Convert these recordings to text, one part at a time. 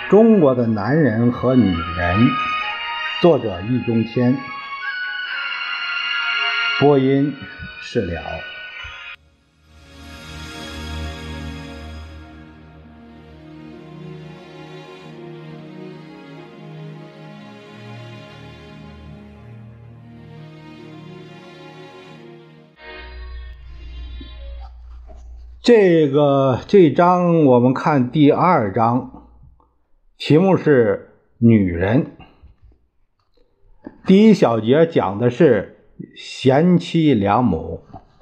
中国的男人和女人，作者易中天，播音释了。这章我们看第2章，题目是女人。第一小节讲的是贤妻良母。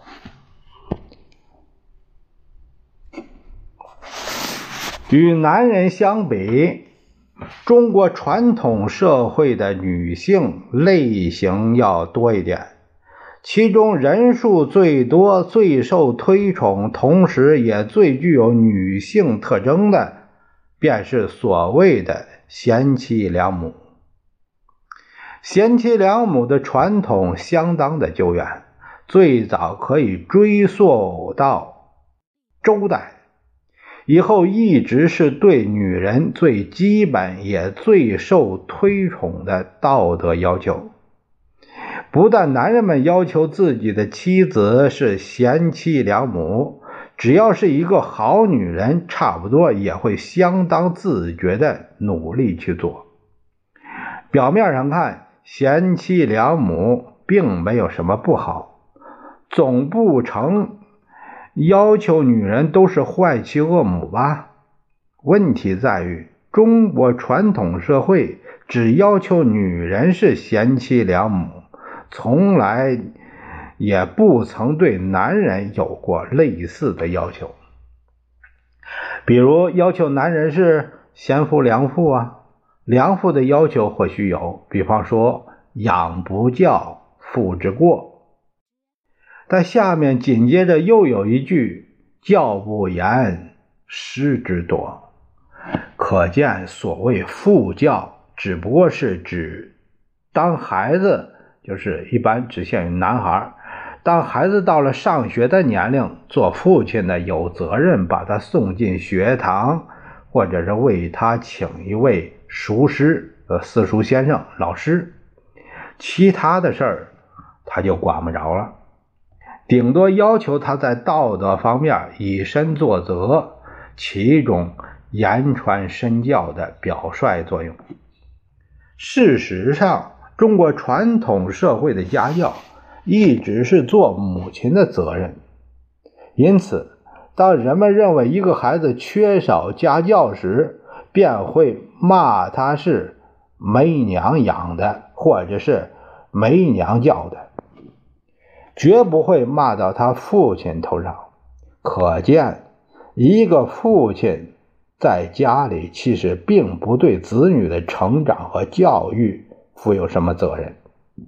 与男人相比，中国传统社会的女性类型要多一点，其中人数最多、最受推崇，同时也最具有女性特征的，便是所谓的贤妻良母。贤妻良母的传统相当的久远，最早可以追溯到周代，以后一直是对女人最基本也最受推崇的道德要求。不但男人们要求自己的妻子是贤妻良母，只要是一个好女人，差不多也会相当自觉地努力去做。表面上看，贤妻良母并没有什么不好，总不成要求女人都是坏妻恶母吧？问题在于，中国传统社会只要求女人是贤妻良母，从来也不曾对男人有过类似的要求。比如要求男人是贤夫良妇啊，良妇的要求或许有，比方说养不教，父之过。但下面紧接着又有一句，教不严，师之惰。可见所谓父教只不过是指当孩子，就是一般只限于男孩，当孩子到了上学的年龄，做父亲的有责任把他送进学堂，或者是为他请一位塾师、私塾先生、老师，其他的事儿他就管不着了，顶多要求他在道德方面以身作则，起一种言传身教的表率作用。事实上，中国传统社会的家教一直是做母亲的责任，因此当人们认为一个孩子缺少家教时，便会骂他是没娘养的，或者是没娘教的，绝不会骂到他父亲头上。可见一个父亲在家里其实并不对子女的成长和教育负有什么责任。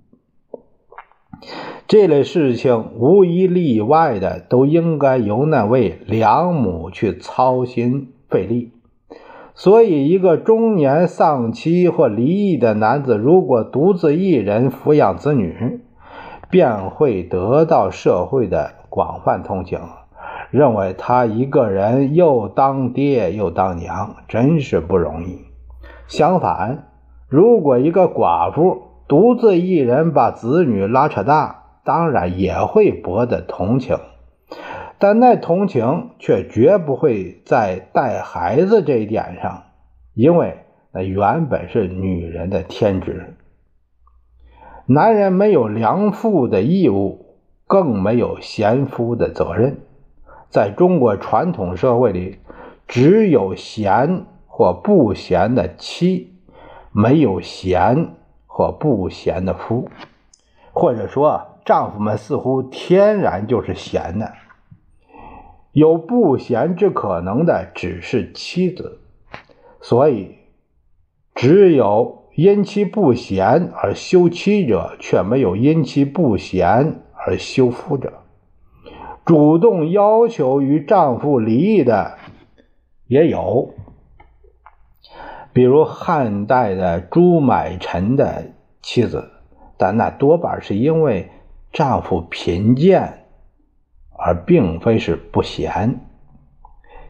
这类事情无一例外的都应该由那位良母去操心费力。所以一个中年丧妻或离异的男子，如果独自一人抚养子女，便会得到社会的广泛同情，认为他一个人又当爹又当娘，真是不容易。相反，如果一个寡妇独自一人把子女拉扯大，当然也会博得同情，但那同情却绝不会在带孩子这一点上，因为那原本是女人的天职。男人没有良妇的义务，更没有贤夫的责任。在中国传统社会里，只有贤或不贤的妻，没有贤或不贤的夫。或者说，丈夫们似乎天然就是贤的，有不贤之可能的只是妻子。所以只有因其不贤而休妻者，却没有因其不贤而休夫者。主动要求与丈夫离异的也有，比如汉代的朱买臣的妻子，但那多半是因为丈夫贫贱，而并非是不贤。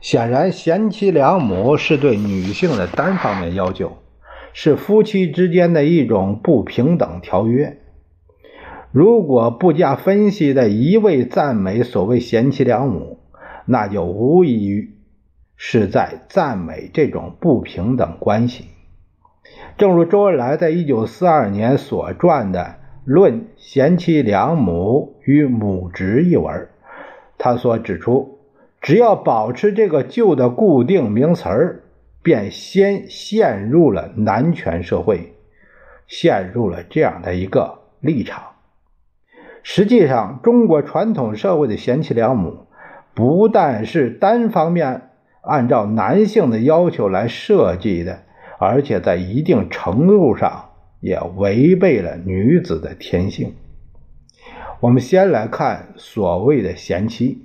显然，贤妻良母是对女性的单方面要求，是夫妻之间的一种不平等条约。如果不加分析的一味赞美所谓贤妻良母，那就无疑是在赞美这种不平等关系。正如周恩来在1942年所撰的《论贤妻良母与母职》一文，他所指出，只要保持这个旧的固定名词儿，便先陷入了男权社会，陷入了这样的一个立场。实际上，中国传统社会的贤妻良母不但是单方面按照男性的要求来设计的，而且在一定程度上也违背了女子的天性。我们先来看所谓的贤妻。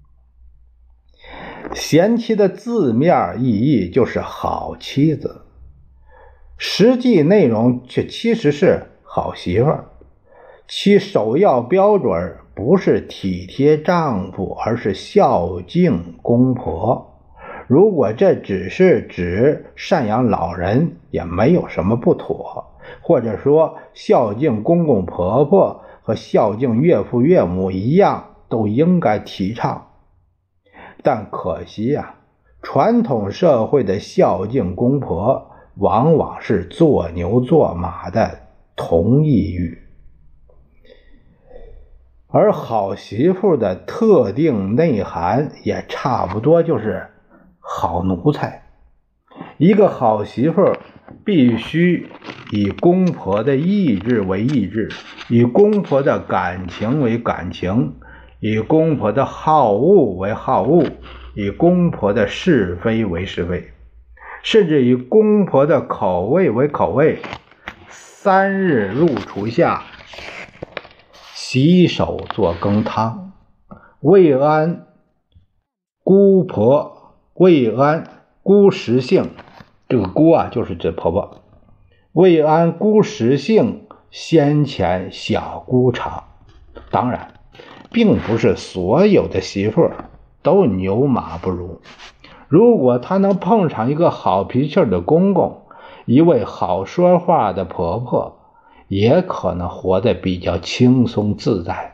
贤妻的字面意义就是好妻子，实际内容却其实是好媳妇儿。其首要标准不是体贴丈夫，而是孝敬公婆。如果这只是指赡养老人，也没有什么不妥，或者说孝敬公公婆婆和孝敬岳父岳母一样，都应该提倡。但可惜传统社会的孝敬公婆往往是做牛做马的同义语，而好媳妇的特定内涵也差不多就是好奴才。一个好媳妇必须以公婆的意志为意志，以公婆的感情为感情，以公婆的好恶为好恶，以公婆的是非为是非，甚至以公婆的口味为口味。3日入厨下，洗手做羹汤，未安姑食性，这个姑就是指婆婆。未安姑食性，先前小姑尝。当然，并不是所有的媳妇都牛马不如。如果她能碰上一个好脾气的公公，一位好说话的婆婆，也可能活得比较轻松自在，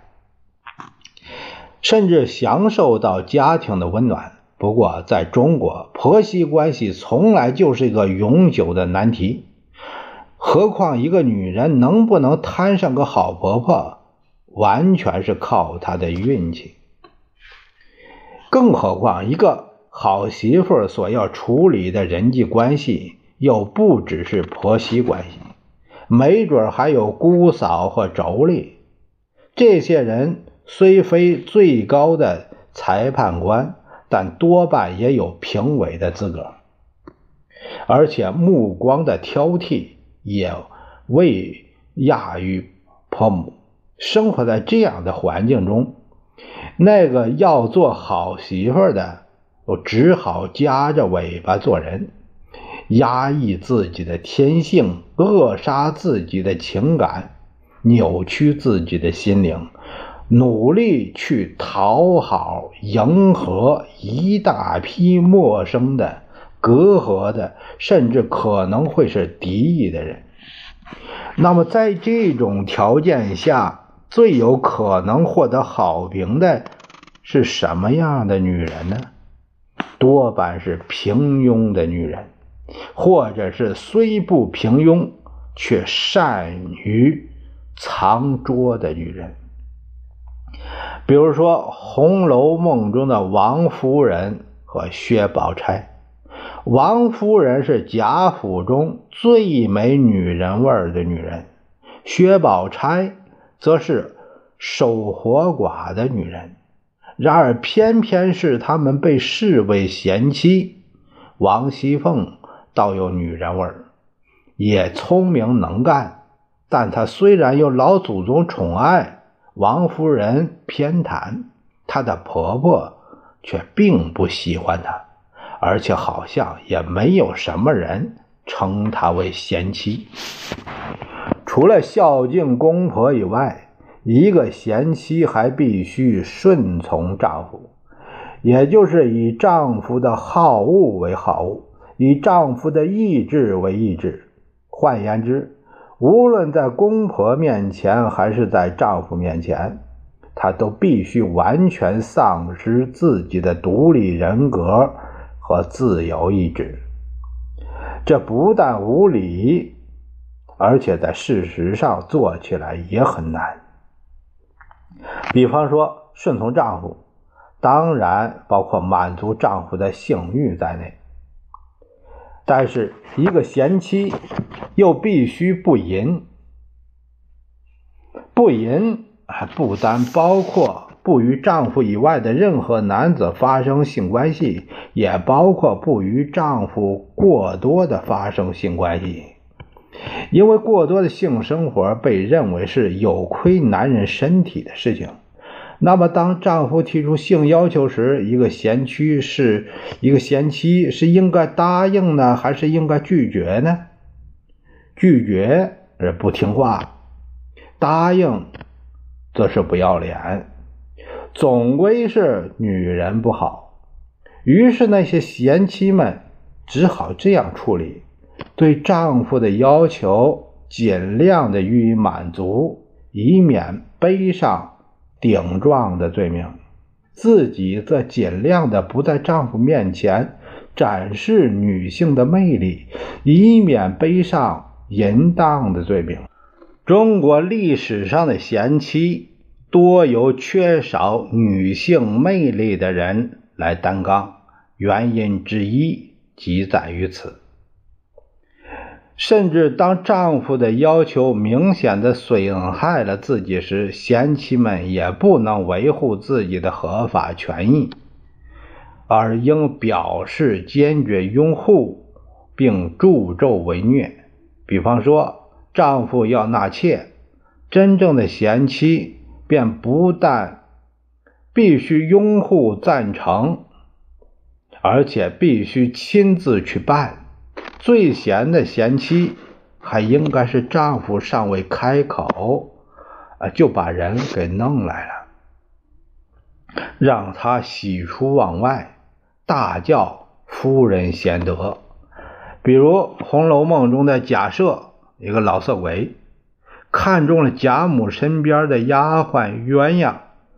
甚至享受到家庭的温暖。不过在中国，婆媳关系从来就是一个永久的难题，何况一个女人能不能摊上个好婆婆，完全是靠她的运气。更何况一个好媳妇所要处理的人际关系又不只是婆媳关系，没准还有姑嫂或妯娌。这些人虽非最高的裁判官，但多半也有评委的资格，而且目光的挑剔也未亚于婆母。生活在这样的环境中，那个要做好媳妇的只好夹着尾巴做人，压抑自己的天性，扼杀自己的情感，扭曲自己的心灵，努力去讨好迎合一大批陌生的隔阂的，甚至可能会是敌意的人。那么在这种条件下，最有可能获得好评的是什么样的女人呢？多半是平庸的女人，或者是虽不平庸却善于藏拙的女人。比如说《红楼梦》中的王夫人和薛宝钗。王夫人是贾府中最没女人味的女人，薛宝钗则是守活寡的女人。然而偏偏是她们被视为贤妻。王熙凤倒有女人味，也聪明能干，但她虽然有老祖宗宠爱，王夫人偏袒，她的婆婆却并不喜欢她，而且好像也没有什么人称她为贤妻。除了孝敬公婆以外，一个贤妻还必须顺从丈夫。 也就是以丈夫的好恶为好恶，以丈夫的意志为意志。换言之，无论在公婆面前还是在丈夫面前，她都必须完全丧失自己的独立人格和自由意志。这不但无理，而且在事实上做起来也很难。比方说，顺从丈夫，当然包括满足丈夫的性欲在内。但是一个贤妻又必须不淫，不淫还不单包括不与丈夫以外的任何男子发生性关系，也包括不与丈夫过多的发生性关系。因为过多的性生活被认为是有亏男人身体的事情，那么当丈夫提出性要求时，一个贤妻是应该答应呢，还是应该拒绝呢？拒绝而不听话，答应则是不要脸，总归是女人不好。于是那些贤妻们只好这样处理，对丈夫的要求尽量的予以满足，以免背上顶撞的罪名，自己则尽量的不在丈夫面前展示女性的魅力，以免背上淫荡的罪名。中国历史上的贤妻多由缺少女性魅力的人来担纲，原因之一即在于此。甚至当丈夫的要求明显的损害了自己时，贤妻们也不能维护自己的合法权益，而应表示坚决拥护并助纣为虐。比方说，丈夫要纳妾，真正的贤妻便不但必须拥护赞成，而且必须亲自去办。最贤的贤妻还应该是丈夫尚未开口就把人给弄来了，让他喜出望外，大叫夫人贤德。比如《红楼梦》中的贾赦，一个老色鬼，看中了贾母身边的丫鬟鸳鸯，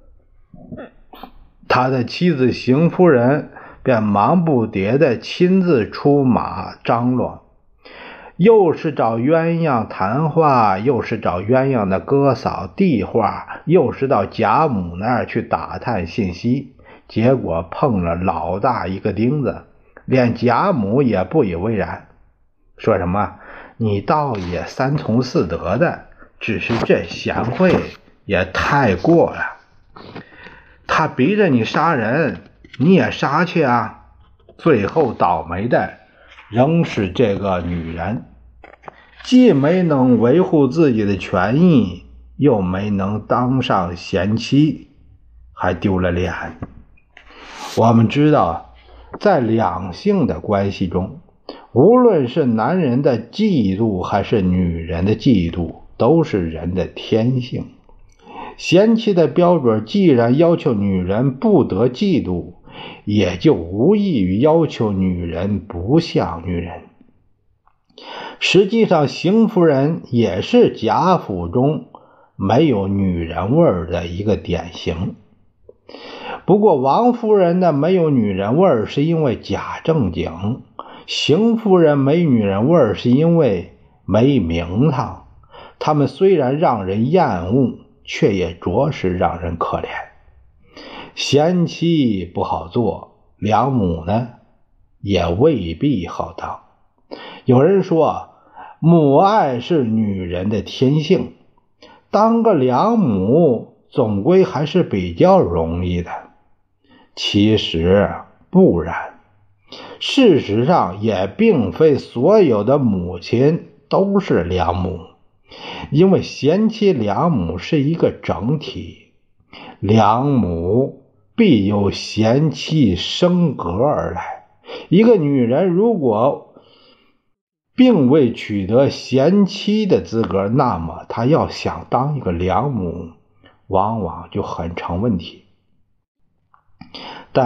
他的妻子邢夫人便忙不迭地亲自出马张罗，又是找鸳鸯谈话，又是找鸳鸯的哥嫂递话，又是到贾母那儿去打探信息，结果碰了老大一个钉子，连贾母也不以为然，说什么你倒也三从四德的，只是这贤惠也太过了，他逼着你杀人你也杀去啊。最后倒霉的仍是这个女人，既没能维护自己的权益，又没能当上贤妻，还丢了脸。我们知道，在两性的关系中，无论是男人的嫉妒还是女人的嫉妒，都是人的天性。贤妻的标准既然要求女人不得嫉妒，也就无异于要求女人不像女人。实际上，邢夫人也是贾府中没有女人味儿的一个典型。不过王夫人的没有女人味儿是因为假正经，邢夫人没女人味儿是因为没名堂。她们虽然让人厌恶，却也着实让人可怜。贤妻不好做，良母呢也未必好当。有人说母爱是女人的天性，当个良母总归还是比较容易的。其实不然，事实上也并非所有的母亲都是良母，因为贤妻良母是一个整体，良母必有贤妻升格而来。一个女人如果并未取得贤妻的资格，那么她要想当一个良母，往往就很成问题。但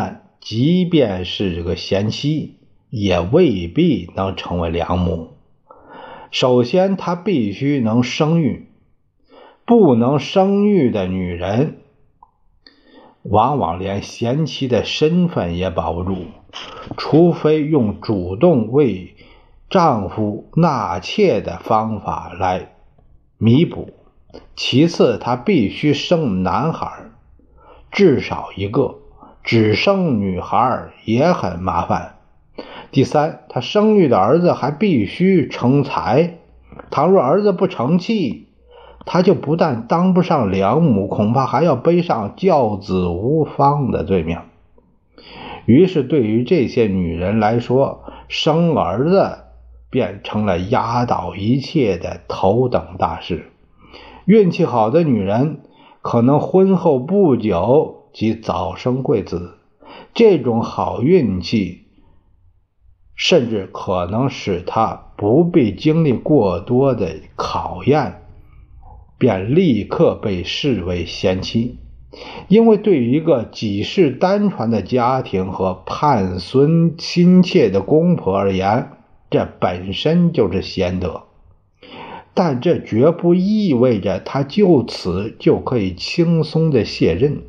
即便是这个贤妻，也未必能成为良母。首先，她必须能生育，不能生育的女人，往往连贤妻的身份也保不住，除非用主动为丈夫纳妾的方法来弥补。其次，她必须生男孩，至少一个，只生女孩也很麻烦。第三，她生育的儿子还必须成才，倘若儿子不成器，她就不但当不上良母，恐怕还要背上教子无方的罪名。于是对于这些女人来说，生儿子便成了压倒一切的头等大事。运气好的女人可能婚后不久即早生贵子，这种好运气甚至可能使她不必经历过多的考验，便立刻被视为贤妻。因为对于一个几世单传的家庭和盼孙心切的公婆而言，这本身就是贤德。但这绝不意味着他就此就可以轻松的卸任，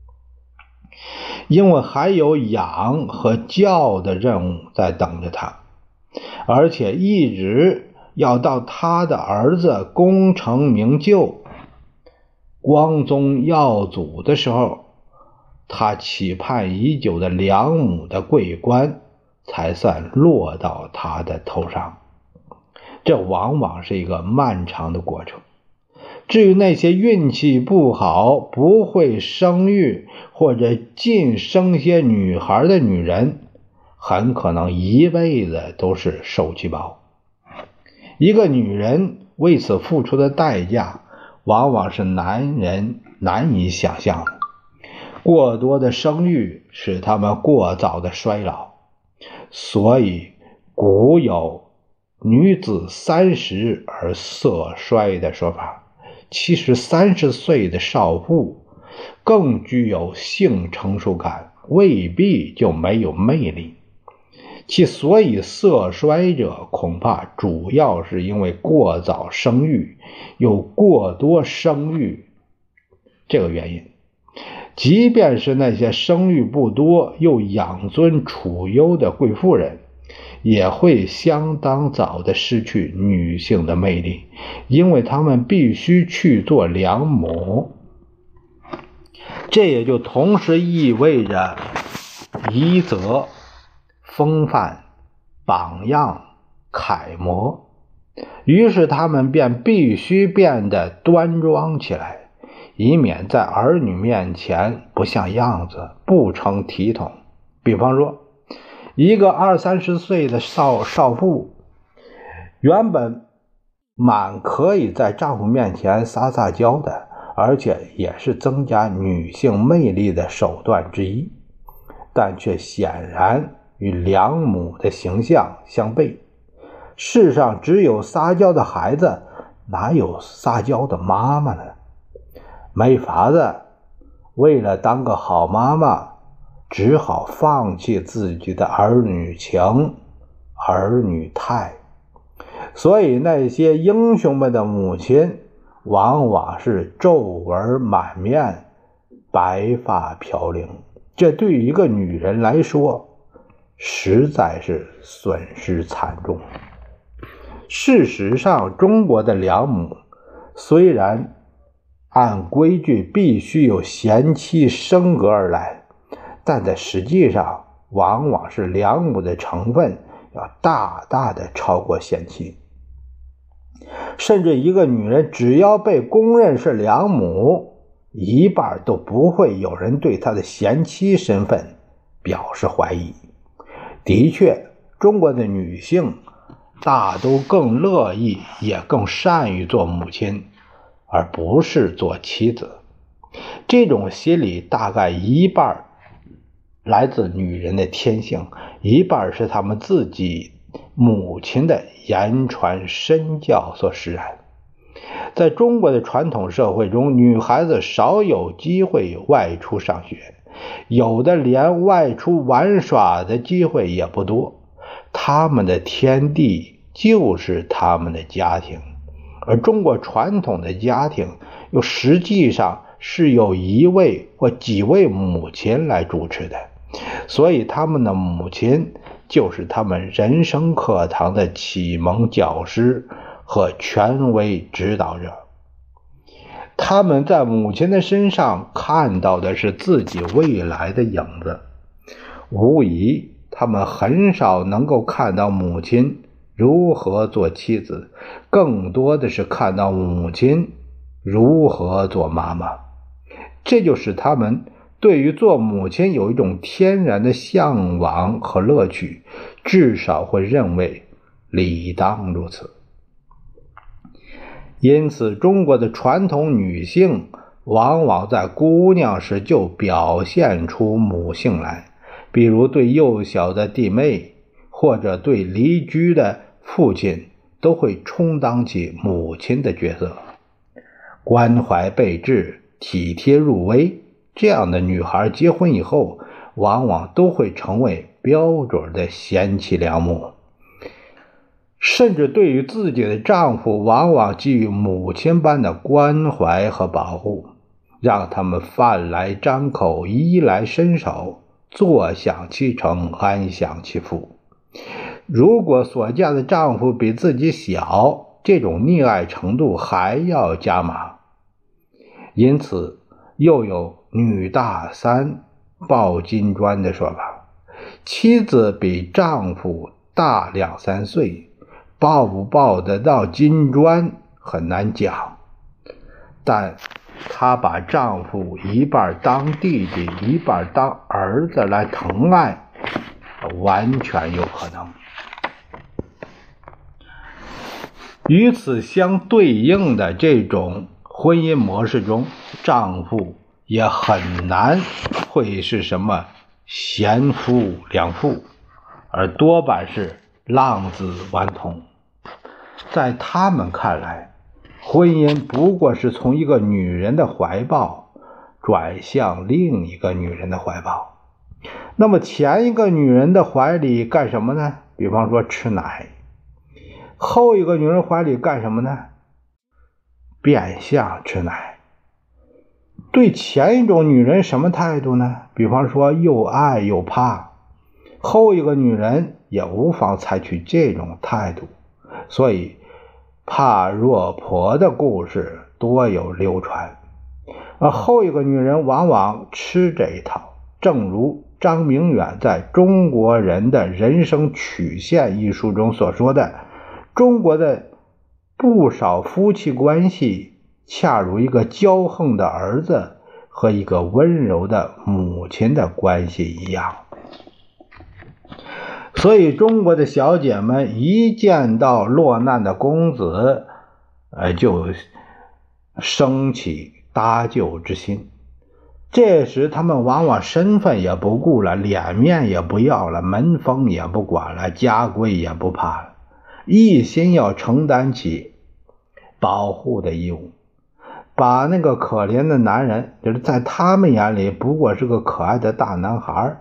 因为还有养和教的任务在等着他，而且一直要到他的儿子功成名就、光宗耀祖的时候，他期盼已久的良母的桂冠才算落到他的头上。这往往是一个漫长的过程。至于那些运气不好、不会生育或者尽生些女孩的女人，很可能一辈子都是受气包。一个女人为此付出的代价，往往是男人难以想象的。过多的生育使他们过早的衰老，所以古有女子30而色衰的说法。其实30岁的少妇更具有性成熟感，未必就没有魅力。其所以色衰者，恐怕主要是因为过早生育，有过多生育这个原因。即便是那些生育不多又养尊处优的贵妇人，也会相当早的失去女性的魅力，因为她们必须去做良母。这也就同时意味着遗泽、风范、榜样、楷模，于是她们便必须变得端庄起来，以免在儿女面前不像样子，不成体统。比方说，一个20-30岁的少妇，原本蛮可以在丈夫面前撒撒娇的，而且也是增加女性魅力的手段之一，但却显然与良母的形象相悖。世上只有撒娇的孩子，哪有撒娇的妈妈呢？没法子，为了当个好妈妈，只好放弃自己的儿女情、儿女态。所以那些英雄们的母亲往往是皱纹满面、白发飘零，这对于一个女人来说实在是损失惨重。事实上，中国的良母虽然按规矩必须有贤妻升格而来，但在实际上往往是良母的成分要大大的超过贤妻。甚至一个女人只要被公认是良母，一半都不会有人对她的贤妻身份表示怀疑。的确，中国的女性大都更乐意也更善于做母亲，而不是做妻子。这种心理大概一半来自女人的天性，一半是她们自己母亲的言传身教所使然。在中国的传统社会中，女孩子少有机会外出上学， 有的连外出玩耍的机会也不多。他们的天地就是他们的家庭，而中国传统的家庭又实际上是由一位或几位母亲来主持的，所以他们的母亲就是他们人生课堂的启蒙教师和权威指导者。他们在母亲的身上看到的是自己未来的影子，无疑他们很少能够看到母亲如何做妻子，更多的是看到母亲如何做妈妈。这就使他们对于做母亲有一种天然的向往和乐趣，至少会认为理当如此。因此，中国的传统女性往往在姑娘时就表现出母性来，比如对幼小的弟妹或者对离居的父亲都会充当起母亲的角色。关怀备至、体贴入微，这样的女孩结婚以后往往都会成为标准的贤妻良母，甚至对于自己的丈夫往往给予母亲般的关怀和保护，让他们饭来张口、衣来伸手，坐享其成、安享其福。如果所嫁的丈夫比自己小，这种溺爱程度还要加码。因此又有女大三抱金砖的说法，妻子比丈夫大2-3岁，抱不抱得到金砖很难讲，但她把丈夫一半当弟弟一半当儿子来疼爱，完全有可能。与此相对应的这种婚姻模式中，丈夫也很难会是什么贤夫良妇，而多半是浪子顽童。在他们看来，婚姻不过是从一个女人的怀抱转向另一个女人的怀抱。那么前一个女人的怀里干什么呢？比方说吃奶。后一个女人怀里干什么呢？变相吃奶。对前一种女人什么态度呢？比方说又爱又怕。后一个女人也无妨采取这种态度，所以怕弱婆的故事多有流传，而后一个女人往往吃这一套。正如张明远在《中国人的人生曲线》一书中所说的，中国的不少夫妻关系恰如一个骄横的儿子和一个温柔的母亲的关系一样。所以中国的小姐们一见到落难的公子，就升起搭救之心。这时他们往往身份也不顾了，脸面也不要了，门风也不管了，家规也不怕了，一心要承担起保护的义务，把那个可怜的男人，就是在他们眼里不过是个可爱的大男孩，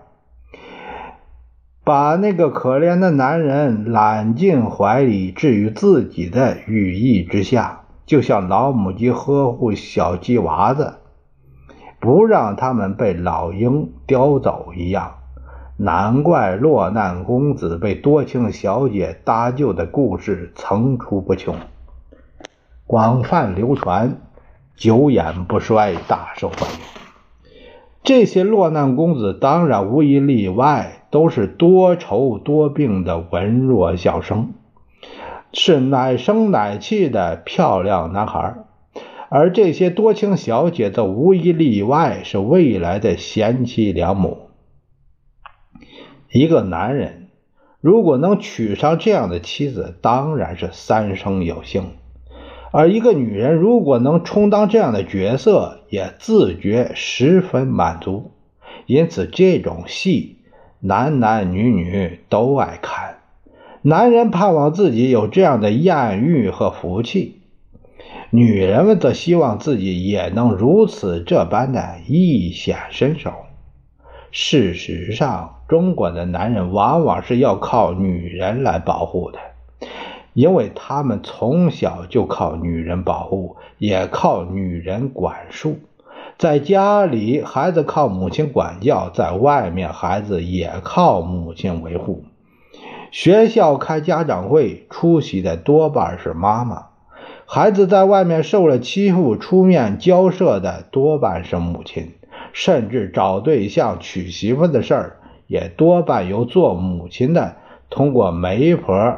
把那个可怜的男人揽进怀里，置于自己的羽翼之下，就像老母鸡呵护小鸡娃子，不让他们被老鹰叼走一样。难怪落难公子被多情小姐搭救的故事层出不穷，广泛流传，久演不衰，大受欢迎。这些落难公子当然无一例外都是多愁多病的文弱小生，是奶声奶气的漂亮男孩，而这些多情小姐则无一例外是未来的贤妻良母。一个男人如果能娶上这样的妻子，当然是三生有幸，而一个女人如果能充当这样的角色，也自觉十分满足。因此这种戏男男女女都爱看，男人盼望自己有这样的艳遇和福气，女人们则希望自己也能如此这般的一显身手。 事实上，中国的男人往往是要靠女人来保护的，因为他们从小就靠女人保护，也靠女人管束。在家里，孩子靠母亲管教；在外面，孩子也靠母亲维护。学校开家长会，出席的多半是妈妈；孩子在外面受了欺负，出面交涉的多半是母亲。甚至找对象娶媳妇的事儿，也多半由做母亲的通过媒婆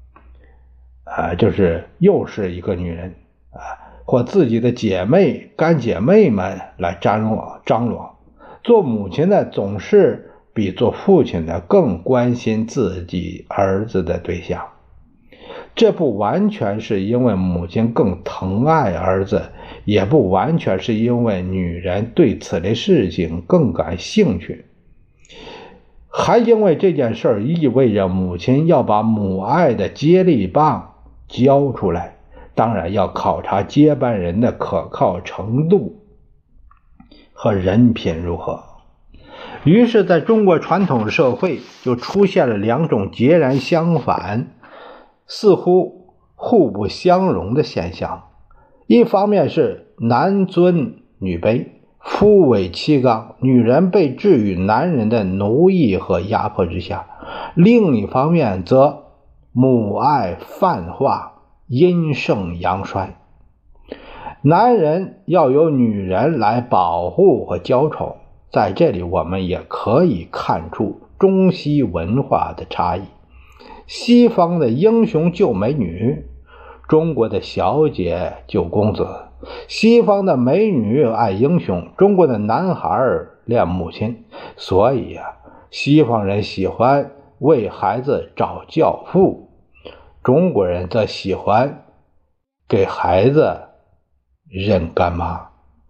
就是又是一个女人或自己的姐妹干姐妹们来张罗。做母亲的总是比做父亲的更关心自己儿子的对象，这不完全是因为母亲更疼爱儿子，也不完全是因为女人对此类事情更感兴趣，还因为这件事意味着母亲要把母爱的接力棒交出来，当然要考察接班人的可靠程度和人品如何。于是在中国传统社会就出现了两种截然相反，似乎互不相容的现象。一方面是男尊女卑，夫为妻纲，女人被置于男人的奴役和压迫之下；另一方面则母爱泛化，阴盛阳衰，男人要由女人来保护和娇宠。在这里我们也可以看出中西文化的差异。西方的英雄救美女，中国的小姐救公子；西方的美女爱英雄，中国的男孩恋母亲。所以西方人喜欢为孩子找教父，中国人则喜欢给孩子认干妈。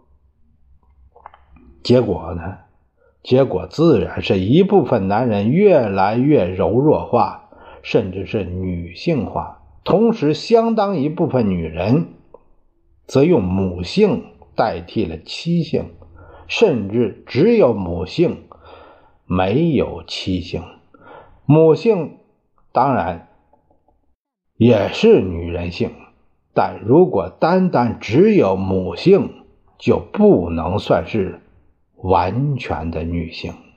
结果呢？结果自然是一部分男人越来越柔弱化，甚至是女性化，同时相当一部分女人则用母性代替了妻性，甚至只有母性没有妻性。母性当然也是女人性，但如果单单只有母性，就不能算是完全的女性。